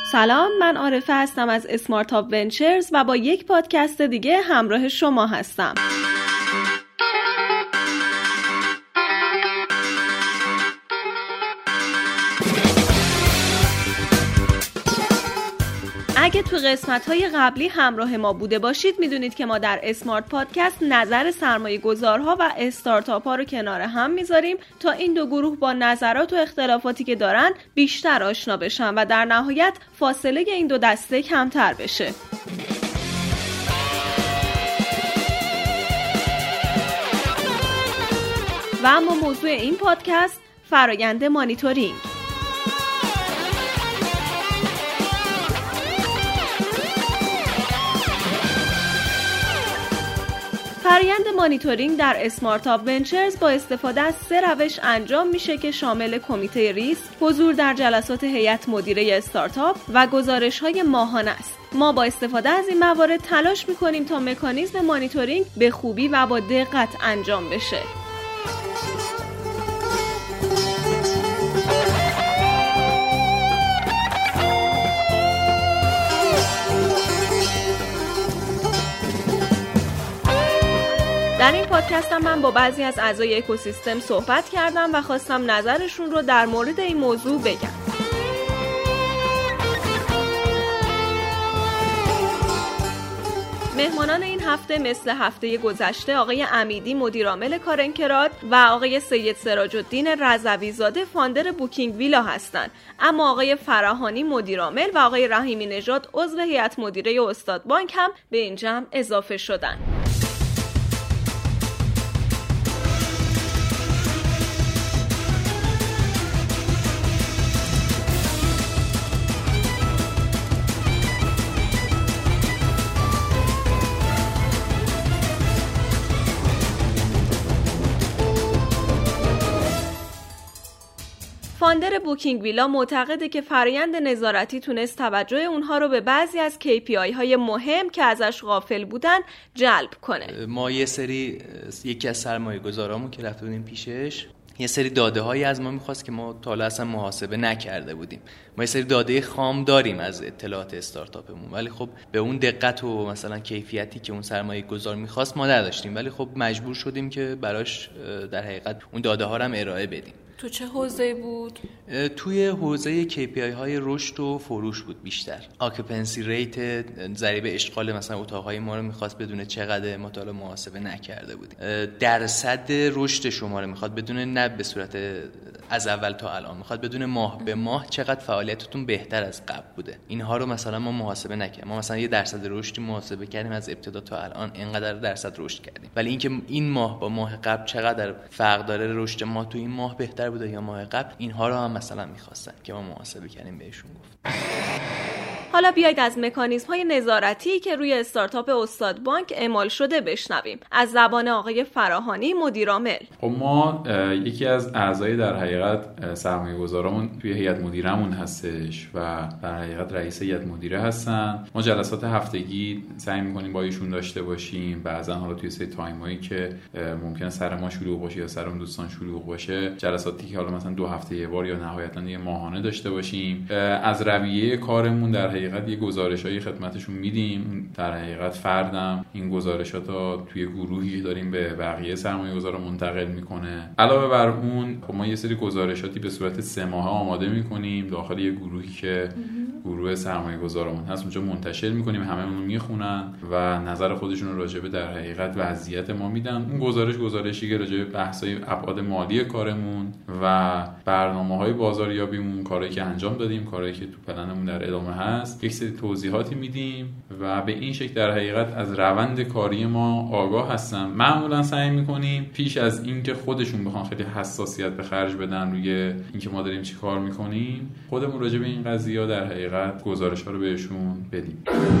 سلام، من عارفه هستم از اسمارتاپ ونچرز و با یک پادکست دیگه همراه شما هستم. اگه تو قسمت‌های قبلی همراه ما بوده باشید میدونید که ما در اسمارت پادکست نظر سرمایه گذارها و استارتاپ‌ها رو کنار هم میذاریم تا این دو گروه با نظرات و اختلافاتی که دارن بیشتر آشنا بشن و در نهایت فاصله این دو دسته کمتر بشه. و اما موضوع این پادکست فرآیند مانیتورینگ. فرآیند مانیتورینگ در اسمارتاپ ونچرز با استفاده از 3 روش انجام میشه که شامل کمیته ریسک، حضور در جلسات هیئت مدیره استارتاپ و گزارش‌های ماهانه است. ما با استفاده از این موارد تلاش می‌کنیم تا مکانیزم مانیتورینگ به خوبی و با دقت انجام بشه. در این پادکست هم من با بعضی از اعضای اکوسیستم صحبت کردم و خواستم نظرشون رو در مورد این موضوع بگم. مهمانان این هفته مثل هفته گذشته آقای امیدی مدیرعامل کارانکراد و آقای سید سراج‌الدین رضوی زاده فاندر بوکینگ ویلا هستند، اما آقای فراهانی مدیرعامل و آقای رحیمی نژاد عضو هیئت مدیره استاد بانک هم به این جمع اضافه شدند. فاندر بوکینگ ویلا معتقده که فرآیند نظارتی تونست توجه اونها رو به بعضی از KPI های مهم که ازش غافل بودن جلب کنه. ما یکی از سرمایه گذارامون که رفته بودیم پیشش یه سری داده هایی از ما میخواست که ما تا حالا اصلا محاسبه نکرده بودیم. ما یه سری داده خام داریم از اطلاعات استارتاپمون، ولی خب به اون دقت و مثلا کیفیتی که اون سرمایه گذار میخواست ما نداشتیم، ولی خب مجبور شدیم که براش در حقیقت اون داده ها رو هم ارائه بدیم. تو چه حوزه‌ای بود؟ توی حوزه KPI های رشد و فروش بود بیشتر. آکوپنسی ریت، ضریب اشغال مثلا اتاق‌های ما رو می‌خواست بدونه چقدر، ما تا حالا محاسبه نکرده بودیم. درصد رشد شما رو می‌خواد بدونه، نه به صورت از اول تا الان، می‌خواد بدونه ماه به ماه چقدر فعالیتتون بهتر از قبل بوده. اینها رو مثلا ما محاسبه نکردیم. ما مثلا یه درصد رشدی محاسبه کردیم از ابتدا تا الان اینقدر درصد رشد کردیم. ولی اینکه این ماه با ماه قبل چقدر فرق داره رشد ما تو این ماه بهتر بوده یا ماه قبل، اینها رو هم مثلا می‌خواستن که ما محاسبه کنیم بهشون گفت. حالا بیایید از مکانیزم‌های نظارتی که روی استارتاپ استاد بانک اعمال شده بشنویم از زبان آقای فراهانی مدیرعامل. خب ما یکی از اعضای در حقیقت سرمایه‌گذارامون توی هیئت مدیرمون هستش و در حقیقت رئیس هیئت مدیره هستن. ما جلسات هفتگی سعی می‌کنیم با ایشون داشته باشیم. بعضن حالا توی سری تایمایی که ممکنه سر ما شلوغ باشه یا سر اون دوستان شلوغ باشه، جلساتی که حالا مثلا 2 هفته یه بار یا نهایتاً یه ماهانه داشته باشیم. از رویه کارمون در حقیقت یه گزارشایی خدمتشون میدیم. در حقیقت فردم این گزارشات رو توی گروهی داریم به بقیه سرمایه‌گذارا منتقل میکنه. علاوه بر اون ما یه سری گزارشاتی به صورت 3 ماهه آماده میکنیم داخل یه گروهی که گروه سرمایه‌گذارمون هست، اونجا منتشر میکنیم، همه اون رو میخونن و نظر خودشون رو راجع به در حقیقت وضعیت ما میدن. اون گزارشی که راجع به بحث‌های ابعاد مالی کارمون و برنامه‌های بازاریابیمون، کارهایی که انجام دادیم، کارهایی که تو پلنمون در ادامه هست، یک سری توضیحاتی میدیم و به این شکل در حقیقت از روند کاری ما آگاه هستن. معمولا سعی میکنیم پیش از اینکه خودشون بخوان خیلی حساسیت به خرج بدن روی اینکه ما داریم چی کار میکنیم، خودمون راجع به این قضیه در حقیقت گزارش‌ها رو بهشون بدیم.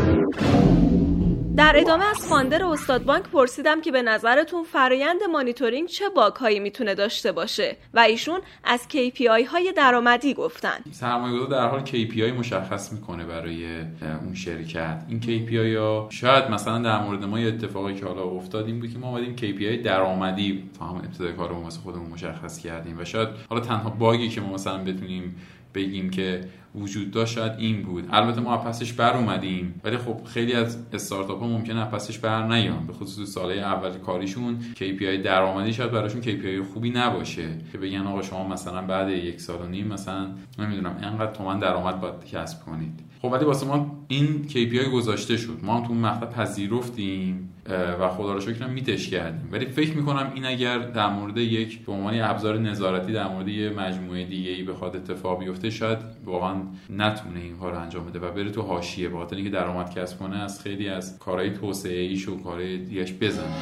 در ادامه از فاندر استاد بانک پرسیدم که به نظرتون فرآیند مانیتورینگ چه باگ‌هایی میتونه داشته باشه و ایشون از KPI های درآمدی گفتن. سرمایه‌گذار در حال KPI مشخص میکنه برای اون شرکت. این KPI ها شاید مثلا در مورد ما یه اتفاقی که حالا افتاد این بود که ما اومدیم KPI درآمدی تا هم ابتدای کارمون واسه خودمون مشخص کردیم و شاید حالا تنها باگی که ما مثلا بتونیم بگیم که وجود داشت شاید این بود. البته ما پسش بر اومدیم، ولی خب خیلی از استارتاپ ها ممکنه پسش بر نیان، به خصوص سالهای اول کاریشون KPI درآمدی شاید براشون KPI خوبی نباشه که بگن آقا شما مثلا بعد 1.5 سال مثلا نمیدونم اینقدر تومن درآمد باید کسب کنید. خب ولی واسه ما این KPI گذاشته شد، ما هم تو اون مقطع پذیرفتیم و خدا رو شکر میتش کردیم. ولی فکر میکنم این اگر در مورد یک به عنوان ابزار نظارتی در مورد یه مجموعه دیگه‌ای بخواد اتفاق بیفته شاید واقعا نتونه این کارو انجام بده و بره تو حاشیه، به خاطر اینکه درآمد کسب کنه از خیلی از کارهای توسعه‌ایش و کارهای دیگه‌اش بزنه.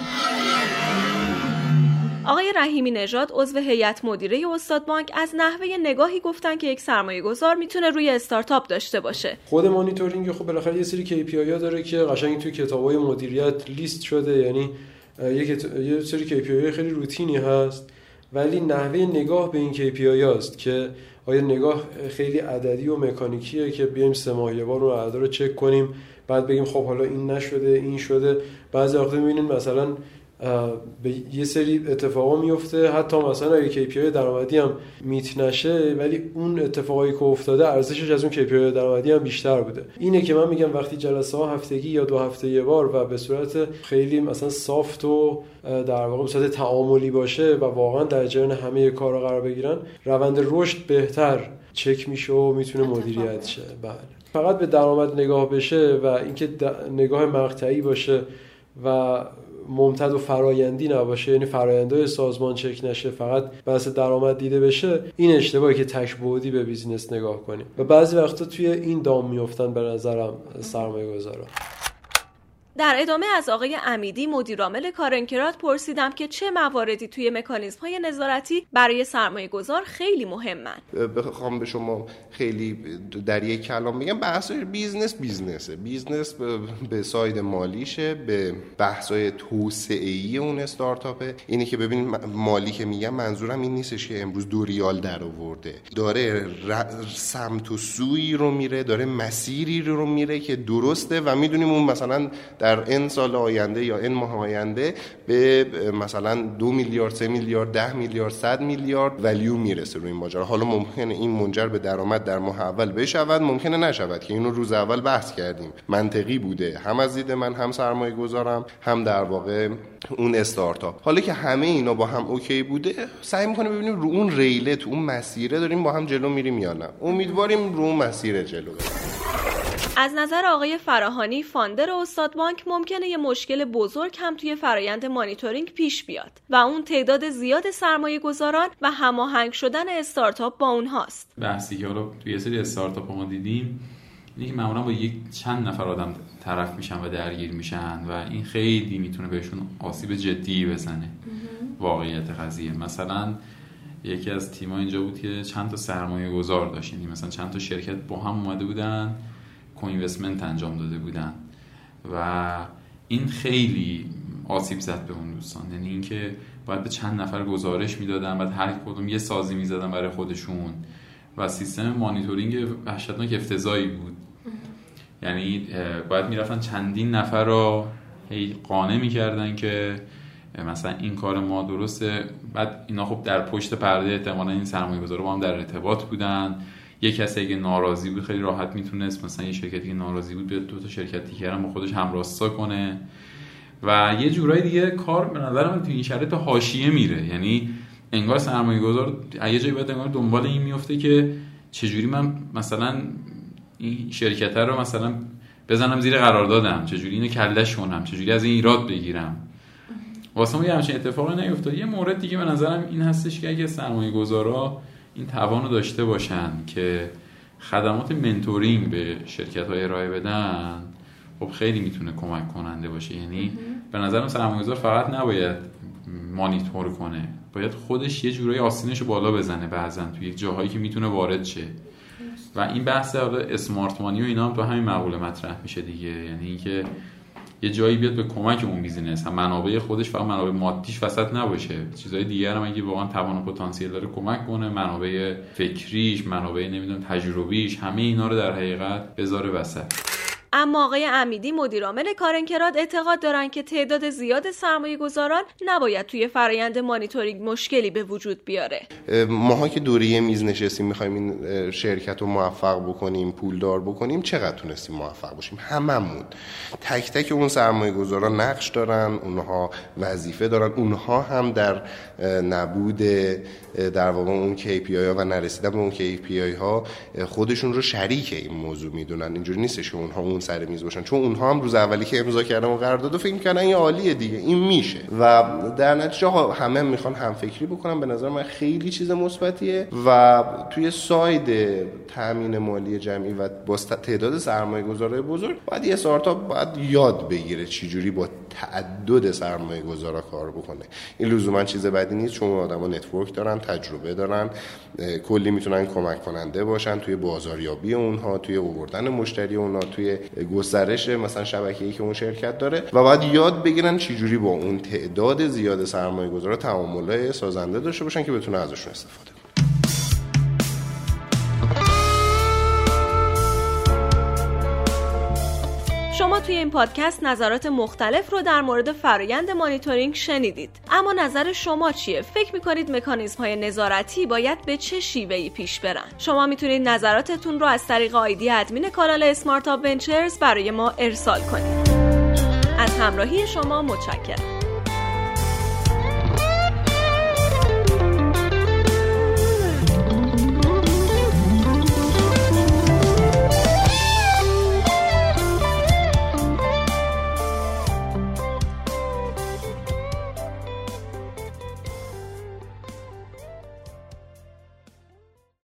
آقای رحیمی نژاد عضو هیئت مدیره استاد بانک از نحوه نگاهی گفتن که یک سرمایه‌گذار میتونه روی استارتاپ داشته باشه. خود مانیتورینگ خب بالاخره یه سری KPI ها داره که قشنگ توی کتاب‌های مدیریت لیست شده، یعنی یه سری KPI خیلی روتینی هست، ولی نحوه نگاه به این KPI هست که آیا نگاه خیلی عددی و مکانیکیه که بیایم 3 ماه یه بار اون اعداد رو چک کنیم بعد بگیم خب حالا این نشده این شده. بعضی وقتا می‌بینین مثلا به یه سری اتفاقا میفته، حتی مثلا اگه KPI درآمدی هم میت نشه ولی اون اتفاقایی که افتاده ارزشش از اون KPI درآمدی هم بیشتر بوده. اینه که من میگم وقتی جلسه ها هفتگی یا 2 هفته یه بار و به صورت خیلی مثلا سافت و در واقع به صورت تعاملی باشه و واقعا در جریان همه کارا قرار بگیرن، روند رشد بهتر چک میشه و میتونه مدیریت شه. بله، فقط به درآمد نگاه بشه و اینکه نگاه مقطعی باشه و ممتد و فرایندی نباشه، یعنی فرآیندهای سازمان چک نشه، فقط بحث درآمد دیده بشه، این اشتباهی که تک بعدی به بیزینس نگاه کنیم و بعضی وقتا توی این دام میافتن به نظرم سرمایه‌گذارا. در ادامه از آقای امیدی مدیرعامل کارانکرات پرسیدم که چه مواردی توی مکانیزم‌های نظارتی برای سرمایه‌گذار خیلی مهمن. بخوام به شما خیلی در یک کلام بگم، بحث بیزنس به ساید مالیشه، به بحث‌های توسعه‌ای اون استارتاپه. اینی که ببین مالی که میگم منظورم این نیستش که امروز 2 ریال در آورده، داره سمت و سوی رو میره، داره مسیری رو میره که درسته و میدونیم اون مثلا در این سال آینده یا این ماه آینده به مثلا 2 میلیارد 3 میلیارد 10 میلیارد 100 میلیارد ولیو میرسه روی این ماجرا. حالا ممکنه این منجر به درآمد در ماه اول بشود، ممکنه نشود که اینو روز اول بحث کردیم. منطقی بوده هم از دید من، هم سرمایه گذارم، هم در واقع اون استارتاپ. حالا که همه اینا با هم اوکی بوده، سعی می‌کنیم ببینیم رو اون ریله تو اون مسیره داریم با هم جلو میریم یا نه. امیدواریم رو اون مسیر جلو بریم. از نظر آقای فراهانی فاندر استاد بانک ممکنه یه مشکل بزرگ هم توی فرایند مانیتورینگ پیش بیاد و اون تعداد زیاد سرمایه گذاران و هماهنگ شدن استارتاپ با اونهاست. بحثی که حالا توی یه سری استارتاپ ما دیدیم اینه که معمولا با چند نفر آدم طرف میشن و درگیر میشن و این خیلی میتونه بهشون آسیب جدی بزنه. واقعیت قضیه مثلا یکی از تیم‌ها اینجا بود که چند تا سرمایه گذار داشت، یعنی مثلا چند تا شرکت با هم اومده بودن کوینوستمنت انجام داده بودن و این خیلی آسیب زد به اون دوستان. یعنی اینکه باید به چند نفر گزارش میدادن، بعد هر کدوم یه سازی میزدن برای خودشون و سیستم مانیتورینگ وحشتناک افتضاحی بود. یعنی باید میرفتن چندین نفر رو قانع میکردن که مثلا این کار ما درسته. بعد اینا خب در پشت پرده احتمالاً این سرمایه‌گذارا با هم در ارتباط بودن. یک کسی اگه ناراضی بود خیلی راحت میتونست مثلا یه شرکتی که ناراضی بود بیاد 2 تا شرکت دیگه هم با خودش همراستا کنه و یه جورایی دیگه کار به نظر من تو این شرایط حاشیه میره. یعنی انگار سرمایه‌گذار یه جایی باید انگار دنبال این میفته که چجوری من مثلا این شرکت رو مثلا بزنم زیر قراردادم، چجوری اینو کلهش کنم، چجوری از این ایراد بگیرم. واسه ما یه همچین اتفاقی نیفتاد. یه مورد دیگه به نظرم این هستش که اگه سرمایه‌گذارا این توانو داشته باشن که خدمات منتورینگ به شرکت‌های ارائه بدن، خب خیلی میتونه کمک کننده باشه. یعنی به نظرم سرمایه‌گذار فقط نباید مانیتور کنه، باید خودش یه جورایی آستینشو بالا بزنه بعضن توی یک جاهایی که میتونه وارد شه و این بحث اسمارت مانی و اینا هم تو همین مقوله مطرح میشه دیگه. یعنی اینکه یه جایی بیاد به کمک اون بیزینس، هم منابع خودش فقط منابع مادیش وسط نباشه، چیزهای دیگر هم اگه واقعا توان و پتانسیل داره کمک کنه، منابع فکریش، منابع نمیدونم تجربیش، همه اینا رو در حقیقت بذاره وسط. اما آقای امیدی مدیرعامل کارانکراد اعتقاد دارند که تعداد زیاد سرمایه‌گذاران نباید توی فرآیند مانیتورینگ مشکلی به وجود بیاره. ماها که دوره میز نشستیم می‌خوایم این شرکت رو موفق بکنیم، پولدار بکنیم، چقدر تونستیم موفق باشیم؟ هممون تک تک اون سرمایه‌گذاران نقش دارن، اونها وظیفه دارن، اونها هم در نبود در واقع اون KPI ها و نرسیدن به اون KPI ها خودشون رو شریک این موضوع میدونن. اینجوری نیستش که اونها اون سر میز باشن، چون اونها هم روز اولی که امضا کردن و قرارداد فکر می‌کردن این عالیه دیگه، این میشه و در نتیجه همه میخوان هم فکری بکنن. به نظر من خیلی چیز مثبتیه و توی ساید تامین مالی جمعی و با تعداد سرمایه‌گذارای بزرگ باید یه استارتاپ باید یاد بگیره چجوری با تعدد سرمایه‌گذارا کار بکنه. این لزوما چیز بدی نیست، چون آدم‌ها نتورک دارن، تجربه دارن، کلی میتونن کمک کننده باشن توی بازاریابی اونها، توی آوردن مشتری اونها، توی گسترش مثلا شبکه‌ای که اون شرکت داره و باید یاد بگیرن چجوری با اون تعداد زیاد سرمایه‌گذارا تعاملات سازنده داشته باشن که بتونن ازشون استفاده کنن. شما توی این پادکست نظرات مختلف رو در مورد فرآیند مانیتورینگ شنیدید. اما نظر شما چیه؟ فکر می‌کنید مکانیزم‌های نظارتی باید به چه شیوهی پیش برن؟ شما میتونید نظراتتون رو از طریق آیدی ادمین کانال اسمارتاپ ونچرز برای ما ارسال کنید. از همراهی شما متشکرم.